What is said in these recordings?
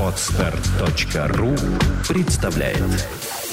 Podster.ru представляет.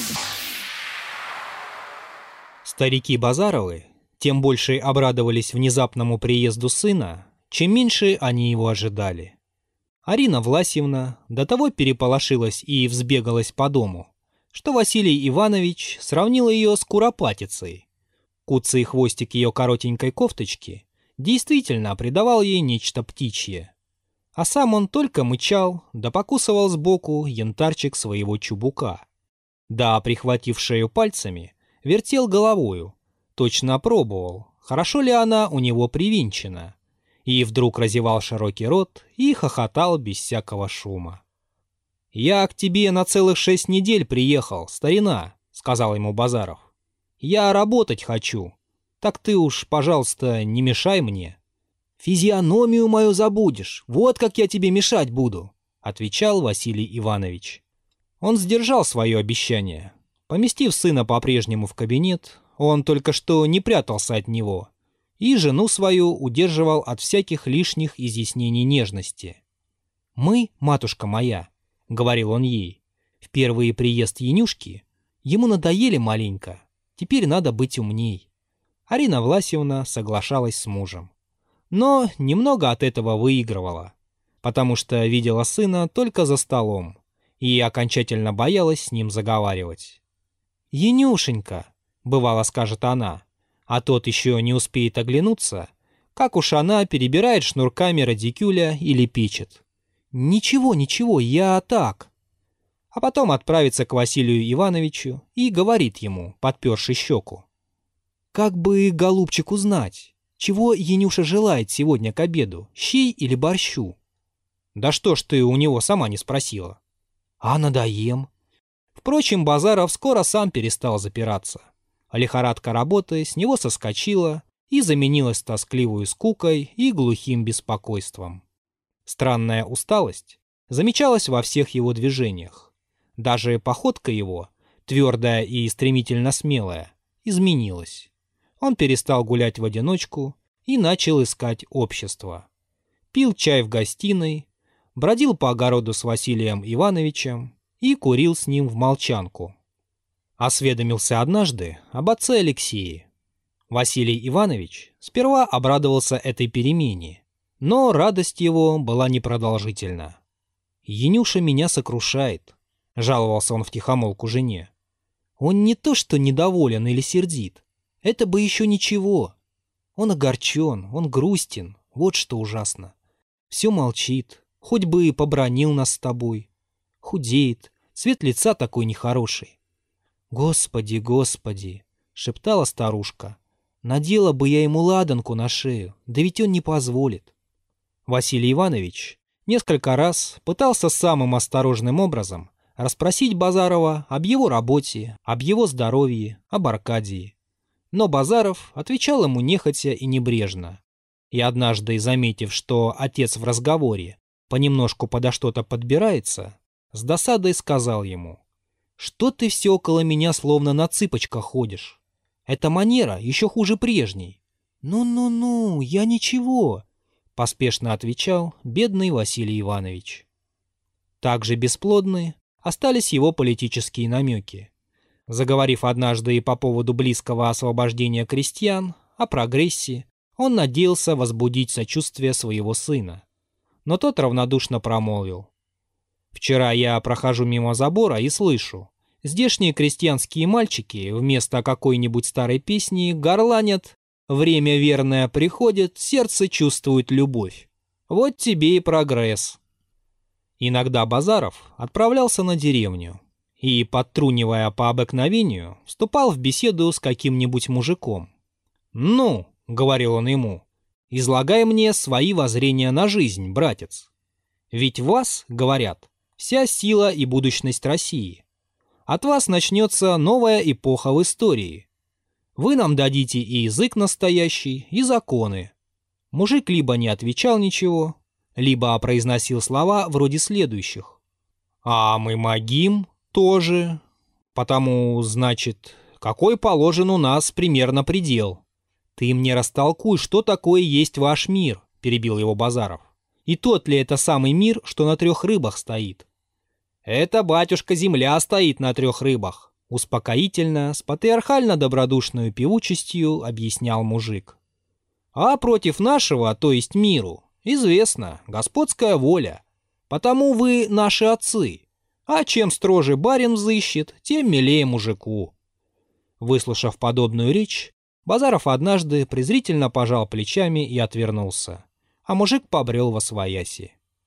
Старики Базаровы тем больше обрадовались внезапному приезду сына, чем меньше они его ожидали. Арина Власьевна до того переполошилась и взбегалась по дому, что Василий Иванович сравнил ее с куропатицей. Куцый хвостик ее коротенькой кофточки действительно придавал ей нечто птичье. А сам он только мычал, да покусывал сбоку янтарчик своего чубука. Да, прихватив шею пальцами, вертел головою, точно пробовал, хорошо ли она у него привинчена. И вдруг разевал широкий рот и хохотал без всякого шума. «Я к тебе на целых 6 недель приехал, старина», — сказал ему Базаров. «Я работать хочу. Так ты уж, пожалуйста, не мешай мне». «Физиономию мою забудешь, вот как я тебе мешать буду», — отвечал Василий Иванович. Он сдержал свое обещание. Поместив сына по-прежнему в кабинет, он только что не прятался от него, и жену свою удерживал от всяких лишних изъяснений нежности. «Мы, матушка моя», — говорил он ей, — «в первый приезд Янюшки ему надоели маленько, теперь надо быть умней». Арина Власьевна соглашалась с мужем. Но немного от этого выигрывала, потому что видела сына только за столом и окончательно боялась с ним заговаривать. «Янюшенька», — бывало скажет она, а тот еще не успеет оглянуться, как уж она перебирает шнурками радикюля и лепечет. «Ничего, ничего, я так». А потом отправится к Василию Ивановичу и говорит ему, подперши щеку. «Как бы, голубчик, узнать, чего Янюша желает сегодня к обеду, щей или борщу?» «Да что ж ты у него сама не спросила?» «А надоем». Впрочем, Базаров скоро сам перестал запираться. Лихорадка работы с него соскочила и заменилась тоскливой скукой и глухим беспокойством. Странная усталость замечалась во всех его движениях. Даже походка его, твердая и стремительно смелая, изменилась. Он перестал гулять в одиночку и начал искать общество. Пил чай в гостиной, бродил по огороду с Василием Ивановичем и курил с ним в молчанку. Осведомился однажды об отце Алексее. Василий Иванович сперва обрадовался этой перемене, но радость его была непродолжительна. «Янюша меня сокрушает», — жаловался он втихомолку жене. «Он не то что недоволен или сердит, это бы еще ничего. Он огорчен, он грустен, вот что ужасно. Все молчит, хоть бы и побранил нас с тобой. Худеет, цвет лица такой нехороший». «Господи, Господи!» — шептала старушка. «Надела бы я ему ладанку на шею, да ведь он не позволит». Василий Иванович несколько раз пытался самым осторожным образом расспросить Базарова об его работе, об его здоровье, об Аркадии. Но Базаров отвечал ему нехотя и небрежно. И однажды, заметив, что отец в разговоре понемножку подо что-то подбирается, с досадой сказал ему: «Что ты все около меня словно на цыпочках ходишь? Эта манера еще хуже прежней». «Ну-ну-ну, я ничего», — поспешно отвечал бедный Василий Иванович. Также бесплодны остались его политические намеки. Заговорив однажды и по поводу близкого освобождения крестьян, о прогрессе, он надеялся возбудить сочувствие своего сына. Но тот равнодушно промолвил: «Вчера я прохожу мимо забора и слышу, здешние крестьянские мальчики вместо какой-нибудь старой песни горланят: время верное приходит, сердце чувствует любовь. Вот тебе и прогресс». Иногда Базаров отправлялся на деревню и, подтрунивая по обыкновению, вступал в беседу с каким-нибудь мужиком. «Ну, — говорил он ему, — излагай мне свои воззрения на жизнь, братец. Ведь в вас, говорят, вся сила и будущность России. От вас начнется новая эпоха в истории. Вы нам дадите и язык настоящий, и законы». Мужик либо не отвечал ничего, либо произносил слова вроде следующих: «А мы могим тоже, потому, значит, какой положен у нас примерно предел». «Ты мне растолкуй, что такое есть ваш мир», — перебил его Базаров. «И тот ли это самый мир, что на 3 рыбах стоит? «Это, батюшка, земля стоит на 3 рыбах», — успокоительно, с патриархально-добродушной певучестью объяснял мужик. «А против нашего, то есть миру, известна господская воля. Потому вы наши отцы. А чем строже барин взыщет, тем милее мужику». Выслушав подобную речь, Базаров однажды презрительно пожал плечами и отвернулся, а мужик побрел восвояси.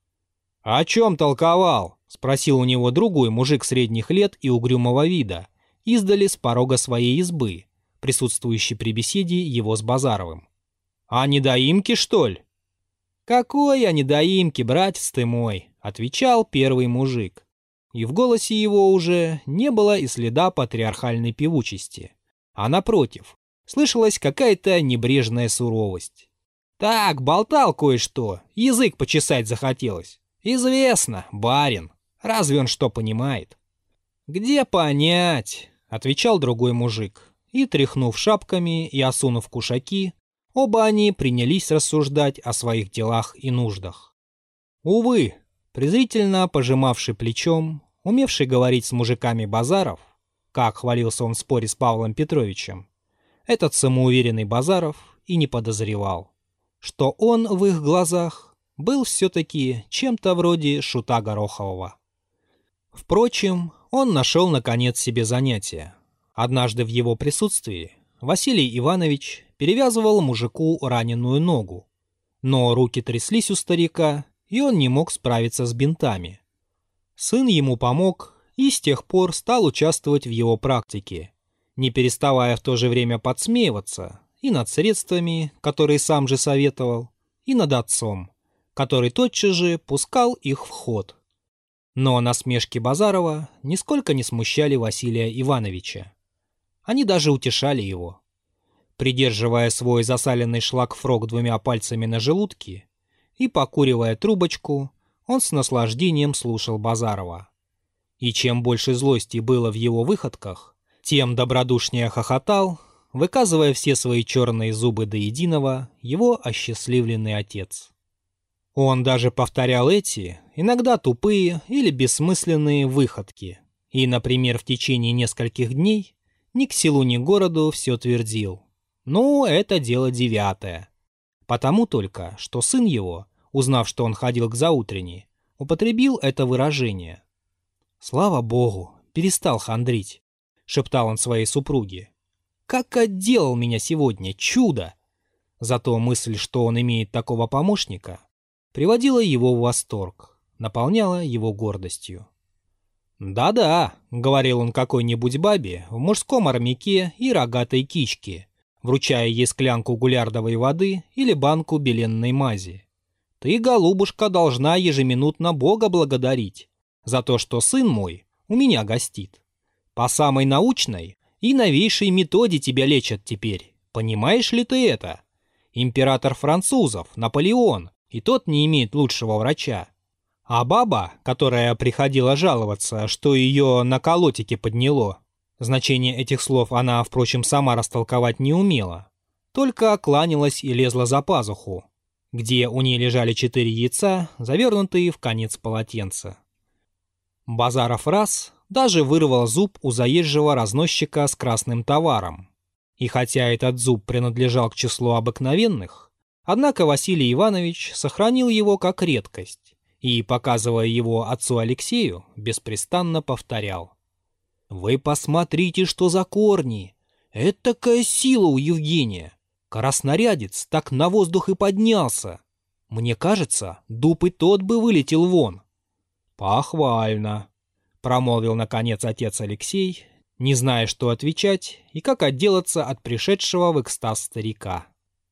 «О чем толковал?» — спросил у него другой мужик средних лет и угрюмого вида, издали с порога своей избы, присутствующий при беседе его с Базаровым. «А недоимки, что ли?» «Какой о недоимке, братец ты мой?» — отвечал первый мужик. И в голосе его уже не было и следа патриархальной певучести, а напротив, слышалась какая-то небрежная суровость. «Так, болтал кое-что, язык почесать захотелось. Известно, барин. Разве он что понимает?» «Где понять?» — отвечал другой мужик. И, тряхнув шапками и осунув кушаки, оба они принялись рассуждать о своих делах и нуждах. Увы, презрительно пожимавший плечом, умевший говорить с мужиками Базаров, как хвалился он в споре с Павлом Петровичем, этот самоуверенный Базаров и не подозревал, что он в их глазах был все-таки чем-то вроде шута Горохового. Впрочем, он нашел наконец себе занятие. Однажды в его присутствии Василий Иванович перевязывал мужику раненую ногу, но руки тряслись у старика, и он не мог справиться с бинтами. Сын ему помог и с тех пор стал участвовать в его практике, не переставая в то же время подсмеиваться и над средствами, которые сам же советовал, и над отцом, который тотчас же пускал их в ход. Но насмешки Базарова нисколько не смущали Василия Ивановича. Они даже утешали его. Придерживая свой засаленный шлагфрок 2 пальцами на желудке и покуривая трубочку, он с наслаждением слушал Базарова. И чем больше злости было в его выходках, тем добродушнее хохотал, выказывая все свои черные зубы до единого, его осчастливленный отец. Он даже повторял эти, иногда тупые или бессмысленные выходки, и, например, в течение нескольких дней ни к селу, ни к городу все твердил: «Ну, это дело 9». Потому только, что сын его, узнав, что он ходил к заутренне, употребил это выражение. «Слава Богу, перестал хандрить», — шептал он своей супруге. «Как отделал меня сегодня, чудо!» Зато мысль, что он имеет такого помощника, приводила его в восторг, наполняла его гордостью. «Да-да», — говорил он какой-нибудь бабе в мужском армяке и рогатой кичке, вручая ей склянку гулярдовой воды или банку беленной мази. «Ты, голубушка, должна ежеминутно Бога благодарить за то, что сын мой у меня гостит. По самой научной и новейшей методе тебя лечат теперь. Понимаешь ли ты это? Император французов, Наполеон, и тот не имеет лучшего врача. А баба, которая приходила жаловаться, что ее на колотике подняло, значение этих слов она, впрочем, сама растолковать не умела, только кланялась и лезла за пазуху, где у ней лежали 4 яйца, завернутые в конец полотенца. Базаров раз даже вырвал зуб у заезжего разносчика с красным товаром. И хотя этот зуб принадлежал к числу обыкновенных, однако Василий Иванович сохранил его как редкость и, показывая его отцу Алексею, беспрестанно повторял: «Вы посмотрите, что за корни! Это такая сила у Евгения! Краснорядец так на воздух и поднялся! Мне кажется, дуб и тот бы вылетел вон!» «Похвально!» — промолвил наконец отец Алексей, не зная, что отвечать и как отделаться от пришедшего в экстаз старика.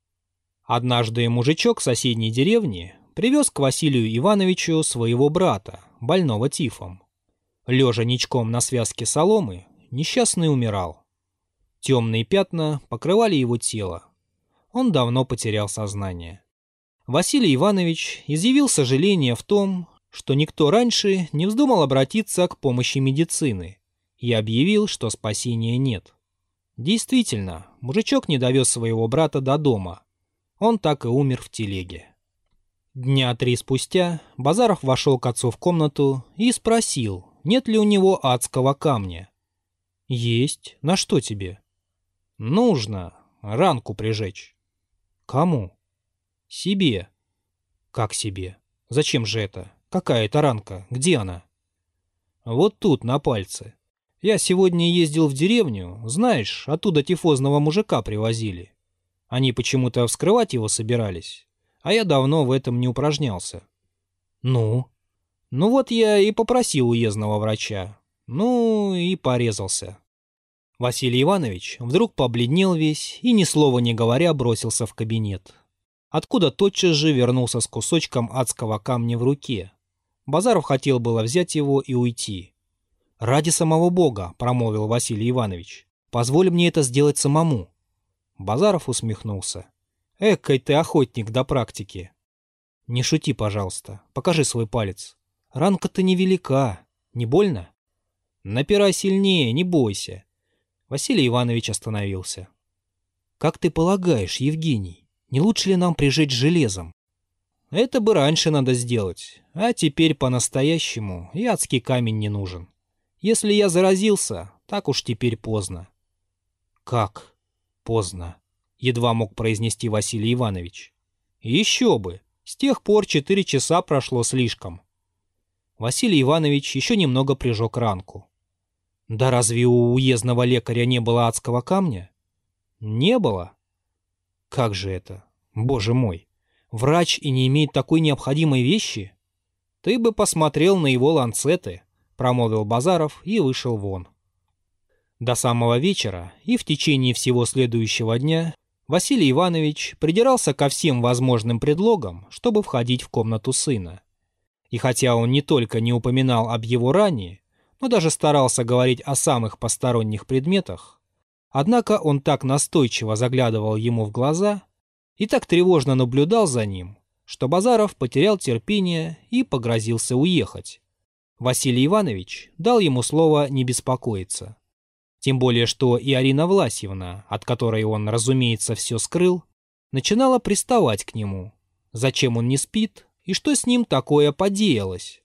Однажды мужичок соседней деревни привез к Василию Ивановичу своего брата, больного тифом. Лежа ничком на связке соломы, несчастный умирал. Темные пятна покрывали его тело. Он давно потерял сознание. Василий Иванович изъявил сожаление в том, что никто раньше не вздумал обратиться к помощи медицины, и объявил, что спасения нет. Действительно, мужичок не довез своего брата до дома. Он так и умер в телеге. Дня 3 спустя Базаров вошел к отцу в комнату и спросил, нет ли у него адского камня. Есть. На что тебе? Нужно ранку прижечь. Кому? Себе. Как себе? Зачем же это? Какая это ранка? Где она? Вот тут, на пальце. Я сегодня ездил в деревню, знаешь, оттуда тифозного мужика привозили. Они почему-то вскрывать его собирались, а я давно в этом не упражнялся. Ну? Ну вот я и попросил уездного врача. Ну и порезался. Василий Иванович вдруг побледнел весь и, ни слова не говоря, бросился в кабинет, откуда тотчас же вернулся с кусочком адского камня в руке. Базаров хотел было взять его и уйти. «Ради самого Бога», — промолвил Василий Иванович, — «позволь мне это сделать самому». Базаров усмехнулся. «Экой ты охотник до практики». «Не шути, пожалуйста, покажи свой палец. Ранка-то невелика, не больно?» «Напирай сильнее, не бойся». Василий Иванович остановился. «Как ты полагаешь, Евгений, не лучше ли нам прижечь железом?» «Это бы раньше надо сделать, а теперь по-настоящему и адский камень не нужен. Если я заразился, так уж теперь поздно». «Как поздно?» — едва мог произнести Василий Иванович. «Еще бы! С тех пор 4 часа прошло слишком». Василий Иванович еще немного прижег ранку. «Да разве у уездного лекаря не было адского камня?» «Не было». «Как же это? Боже мой! Врач и не имеет такой необходимой вещи?» «Ты бы посмотрел на его ланцеты», — промолвил Базаров и вышел вон. До самого вечера и в течение всего следующего дня Василий Иванович придирался ко всем возможным предлогам, чтобы входить в комнату сына. И хотя он не только не упоминал об его ране, но даже старался говорить о самых посторонних предметах, однако он так настойчиво заглядывал ему в глаза и так тревожно наблюдал за ним, что Базаров потерял терпение и погрозился уехать. Василий Иванович дал ему слово не беспокоиться. Тем более, что и Арина Власьевна, от которой он, разумеется, все скрыл, начинала приставать к нему. Зачем он не спит и что с ним такое подеялось?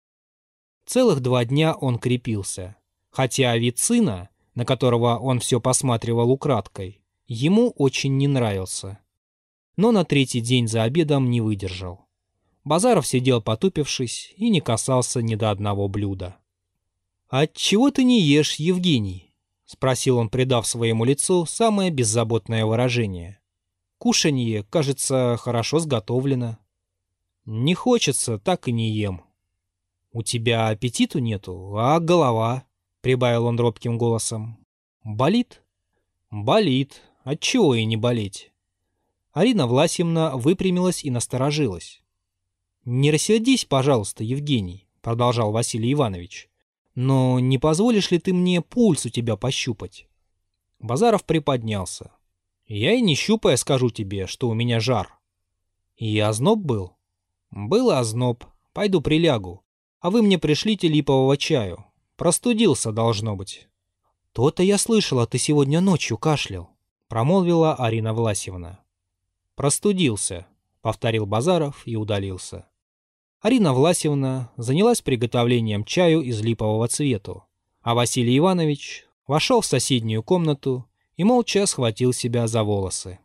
Целых 2 дня он крепился, хотя вид сына, на которого он все посматривал украдкой, ему очень не нравился. Но на 3-й день за обедом не выдержал. Базаров сидел потупившись и не касался ни до одного блюда. «Отчего ты не ешь, Евгений?» — спросил он, придав своему лицу самое беззаботное выражение. «Кушанье, кажется, хорошо сготовлено». «Не хочется, так и не ем». «У тебя аппетиту нету, а голова?» — прибавил он робким голосом. «Болит?» «Болит. Отчего и не болеть?» Арина Власьевна выпрямилась и насторожилась. «Не рассердись, пожалуйста, Евгений», — продолжал Василий Иванович. «Но не позволишь ли ты мне пульс у тебя пощупать?» Базаров приподнялся. «Я и не щупая скажу тебе, что у меня жар». «И озноб был?» «Был озноб. Пойду прилягу. А вы мне пришлите липового чаю. Простудился, должно быть». «То-то я слышала, ты сегодня ночью кашлял», — промолвила Арина Власьевна. «Простудился», — повторил Базаров и удалился. Арина Власьевна занялась приготовлением чаю из липового цвету, а Василий Иванович вошел в соседнюю комнату и молча схватил себя за волосы.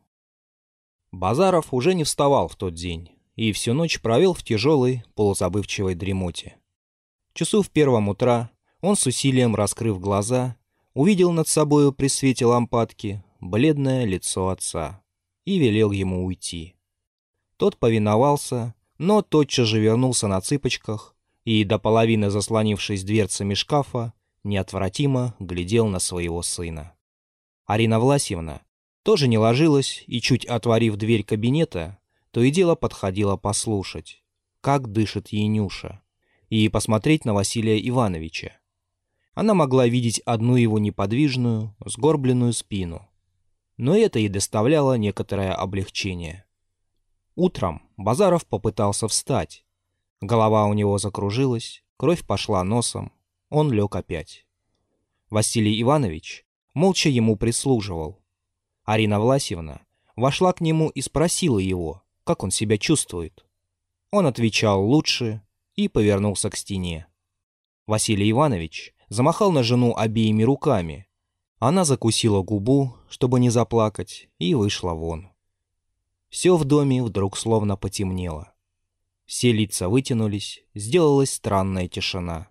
Базаров уже не вставал в тот день и всю ночь провел в тяжелой, полузабывчивой дремоте. Часу в 1 утра он с усилием, раскрыв глаза, увидел над собою при свете лампадки бледное лицо отца и велел ему уйти. Тот повиновался, но тотчас же вернулся на цыпочках и, до половины заслонившись дверцами шкафа, неотвратимо глядел на своего сына. Арина Власьевна тоже не ложилась и, чуть отворив дверь кабинета, то и дело подходила послушать, как дышит Янюша, и посмотреть на Василия Ивановича. Она могла видеть одну его неподвижную, сгорбленную спину, но это и доставляло некоторое облегчение. Утром Базаров попытался встать. Голова у него закружилась, кровь пошла носом, он лег опять. Василий Иванович молча ему прислуживал. Арина Власьевна вошла к нему и спросила его, как он себя чувствует. Он отвечал лучше и повернулся к стене. Василий Иванович замахал на жену обеими руками. Она закусила губу, чтобы не заплакать, и вышла вон. Все в доме вдруг словно потемнело. Все лица вытянулись, сделалась странная тишина.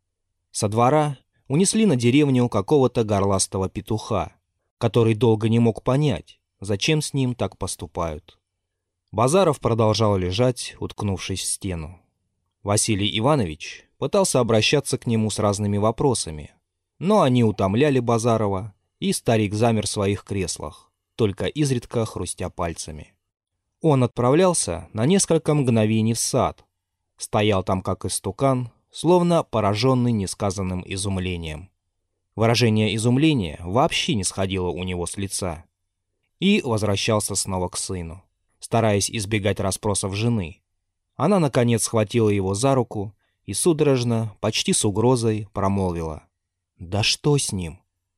Со двора унесли на деревню какого-то горластого петуха, который долго не мог понять, зачем с ним так поступают. Базаров продолжал лежать, уткнувшись в стену. Василий Иванович пытался обращаться к нему с разными вопросами, но они утомляли Базарова, и старик замер в своих креслах, только изредка хрустя пальцами. Он отправлялся на несколько мгновений в сад, стоял там как истукан, словно пораженный несказанным изумлением. Выражение изумления вообще не сходило у него с лица. И возвращался снова к сыну, стараясь избегать расспросов жены. Она, наконец, схватила его за руку и судорожно, почти с угрозой, промолвила: «Да что с ним?»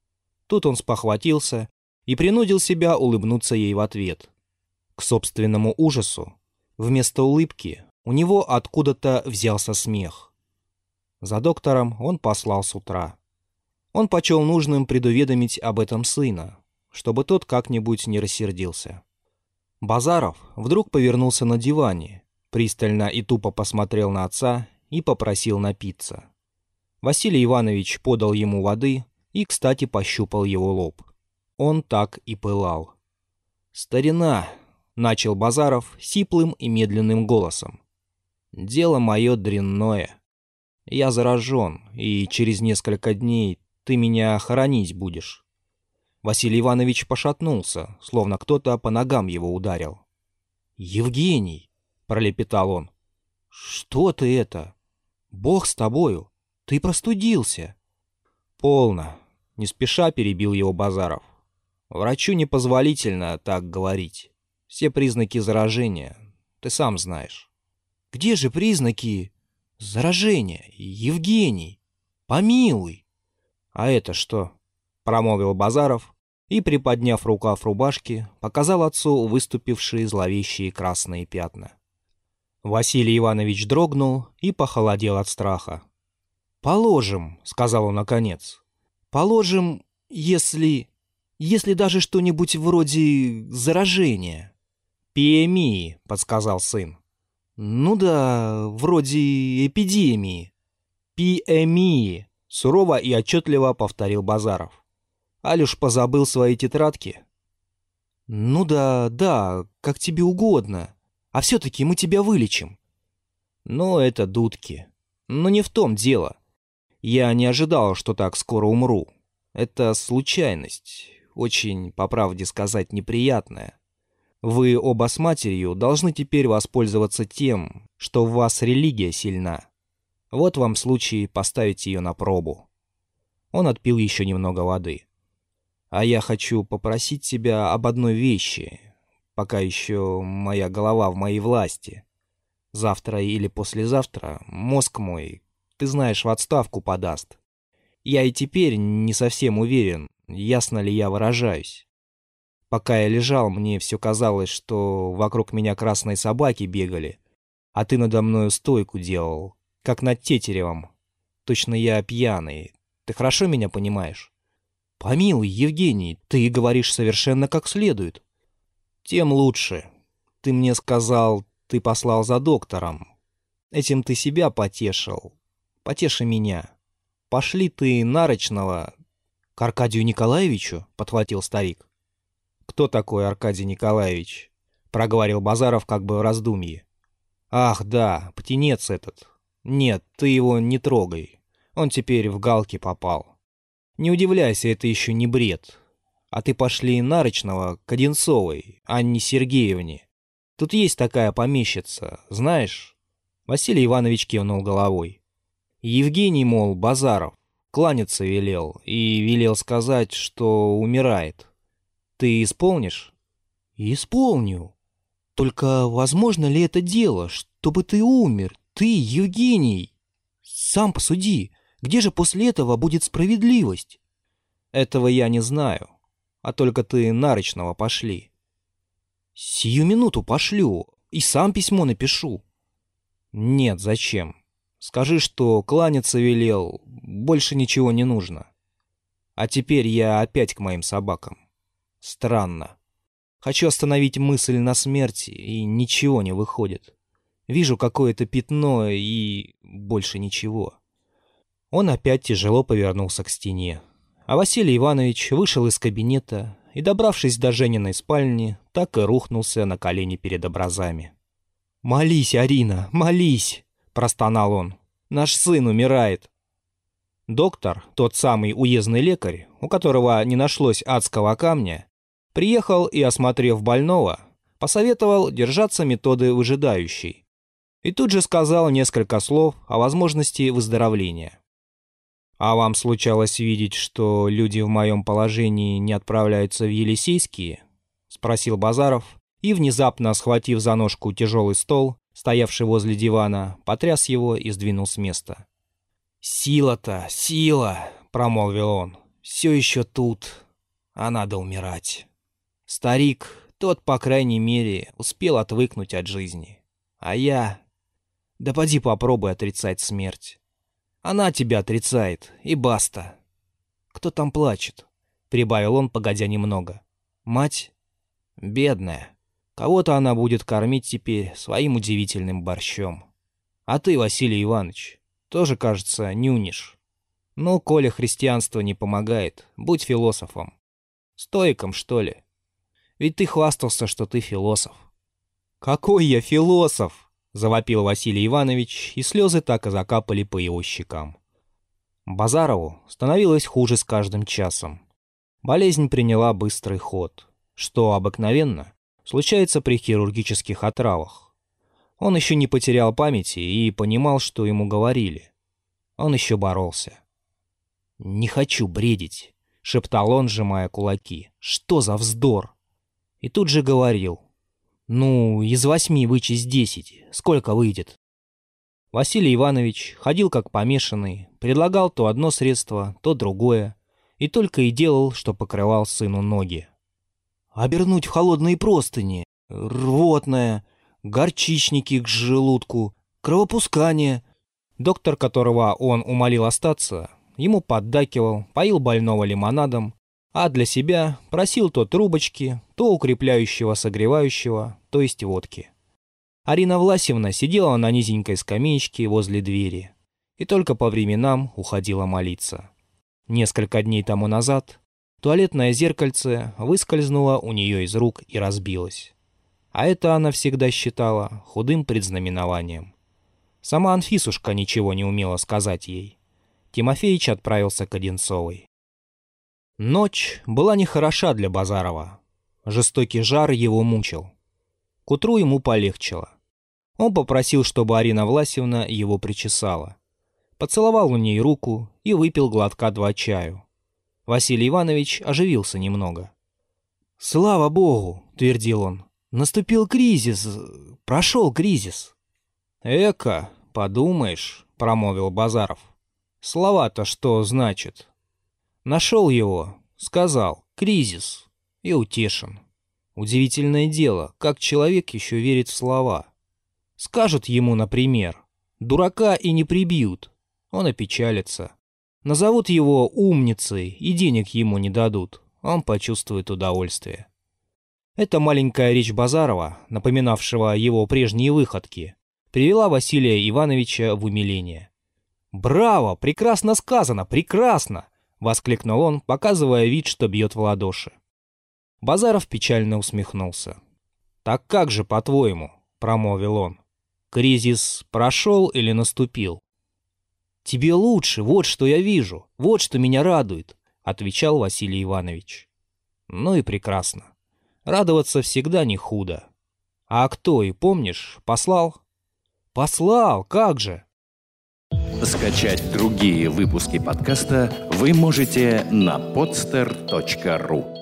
Тут он спохватился и принудил себя улыбнуться ей в ответ. К собственному ужасу, вместо улыбки, у него откуда-то взялся смех. За доктором он послал с утра. Он почел нужным предуведомить об этом сына, чтобы тот как-нибудь не рассердился. Базаров вдруг повернулся на диване, пристально и тупо посмотрел на отца и попросил напиться. Василий Иванович подал ему воды и, кстати, пощупал его лоб. Он так и пылал. «Старина!» — начал Базаров сиплым и медленным голосом. «Дело мое дрянное. Я заражен, и через несколько дней ты меня хоронить будешь». Василий Иванович пошатнулся, словно кто-то по ногам его ударил. «Евгений!» — пролепетал он. «Что ты это? Бог с тобою! Ты простудился!» «Полно!» — не спеша перебил его Базаров. «Врачу непозволительно так говорить. Все признаки заражения, ты сам знаешь». «Где же признаки заражения, Евгений? Помилуй!» «А это что?» — промолвил Базаров и, приподняв рукав рубашки, показал отцу выступившие зловещие красные пятна. Василий Иванович дрогнул и похолодел от страха. «Положим», — сказал он наконец, — «положим, если даже что-нибудь вроде заражения». «Пиемии», — подсказал сын. «Ну да, вроде эпидемии». «Пиемии», — сурово и отчетливо повторил Базаров. «Алюш позабыл свои тетрадки?» «Ну да, как тебе угодно. А все-таки мы тебя вылечим». «Ну, это дудки. Но не в том дело. Я не ожидал, что так скоро умру. Это случайность, очень, по правде сказать, неприятная. Вы оба с матерью должны теперь воспользоваться тем, что в вас религия сильна. Вот вам случай поставить ее на пробу». Он отпил еще немного воды. «А я хочу попросить тебя об одной вещи, пока еще моя голова в моей власти. Завтра или послезавтра мозг мой, ты знаешь, в отставку подаст. Я и теперь не совсем уверен, ясно ли я выражаюсь. Пока я лежал, мне все казалось, что вокруг меня красные собаки бегали, а ты надо мною стойку делал, как над Тетеревым. Точно я пьяный. Ты хорошо меня понимаешь?» «Помилуй, Евгений, ты говоришь совершенно как следует». «Тем лучше. Ты мне сказал, ты послал за доктором. Этим ты себя потешил. Потеши меня. Пошли ты Нарочного...» «К Аркадию Николаевичу?» — подхватил старик. «Кто такой Аркадий Николаевич?» — проговорил Базаров как бы в раздумье. «Ах, да, птенец этот. Нет, ты его не трогай. Он теперь в галки попал. Не удивляйся, это еще не бред. А ты пошли Нарочного к Одинцовой, Анне Сергеевне. Тут есть такая помещица, знаешь?» Василий Иванович кивнул головой. «Евгений, мол, Базаров, кланяться велел и велел сказать, что умирает. Ты исполнишь?» «Исполню. Только возможно ли это дело, чтобы ты умер, ты, Евгений? Сам посуди, где же после этого будет справедливость?» «Этого я не знаю, а только ты Нарочного пошли». «Сию минуту пошлю и сам письмо напишу». «Нет, зачем? Скажи, что кланяться велел, больше ничего не нужно. А теперь я опять к моим собакам. Странно. Хочу остановить мысль на смерти, и ничего не выходит. Вижу какое-то пятно, и больше ничего». Он опять тяжело повернулся к стене. А Василий Иванович вышел из кабинета и, добравшись до Жениной спальни, так и рухнулся на колени перед образами. «Молись, Арина, молись!» – простонал он. «Наш сын умирает!» Доктор, тот самый уездный лекарь, у которого не нашлось адского камня, приехал и, осмотрев больного, посоветовал держаться методы выжидающей и тут же сказал несколько слов о возможности выздоровления. «А вам случалось видеть, что люди в моем положении не отправляются в Елисейские?» — спросил Базаров и, внезапно схватив за ножку тяжелый стол, стоявший возле дивана, потряс его и сдвинул с места. «Сила-то, сила!» — промолвил он. «Все еще тут, а надо умирать. Старик, тот, по крайней мере, успел отвыкнуть от жизни. А я... Да поди попробуй отрицать смерть. Она тебя отрицает, и баста. Кто там плачет?» — прибавил он, погодя немного. «Мать? Бедная. Кого-то она будет кормить теперь своим удивительным борщом. А ты, Василий Иванович, тоже, кажется, нюнишь. Ну, коли христианство не помогает, будь философом. Стоиком, что ли? Ведь ты хвастался, что ты философ». «Какой я философ?» — завопил Василий Иванович, и слезы так и закапали по его щекам. Базарову становилось хуже с каждым часом. Болезнь приняла быстрый ход, что обыкновенно случается при хирургических отравах. Он еще не потерял памяти и понимал, что ему говорили. Он еще боролся. «Не хочу бредить», — шептал он, сжимая кулаки. «Что за вздор?» И тут же говорил. «Ну, из 8 вычесть 10. Сколько выйдет?» Василий Иванович ходил как помешанный, предлагал то одно средство, то другое, и только и делал, что покрывал сыну ноги. «Обернуть в холодные простыни, рвотное, горчичники к желудку, кровопускание». Доктор, которого он умолил остаться, ему поддакивал, поил больного лимонадом, а для себя просил то трубочки, то укрепляющего согревающего, то есть водки. Арина Власьевна сидела на низенькой скамеечке возле двери и только по временам уходила молиться. Несколько дней тому назад туалетное зеркальце выскользнуло у нее из рук и разбилось. А это она всегда считала худым предзнаменованием. Сама Анфисушка ничего не умела сказать ей. Тимофеич отправился к Одинцовой. Ночь была нехороша для Базарова. Жестокий жар его мучил. К утру ему полегчало. Он попросил, чтобы Арина Власьевна его причесала. Поцеловал у ней руку и выпил глотка 2 чаю. Василий Иванович оживился немного. «Слава Богу!» — твердил он. «Наступил кризис, прошел кризис». «Эка, подумаешь», — промолвил Базаров. «Слова-то что значит?» Нашел его, сказал, кризис, и утешен. Удивительное дело, как человек еще верит в слова. Скажут ему, например, дурака и не прибьют, он опечалится. Назовут его умницей и денег ему не дадут, он почувствует удовольствие. Эта маленькая речь Базарова, напоминавшего его прежние выходки, привела Василия Ивановича в умиление. «Браво! Прекрасно сказано! Прекрасно!» — воскликнул он, показывая вид, что бьет в ладоши. Базаров печально усмехнулся. «Так как же, по-твоему?» — промолвил он. «Кризис прошел или наступил?» «Тебе лучше, вот что я вижу, вот что меня радует», — отвечал Василий Иванович. «Ну и прекрасно. Радоваться всегда не худо. А кто, и помнишь, послал?» «Послал, как же!» Скачать другие выпуски подкаста вы можете на podster.ru.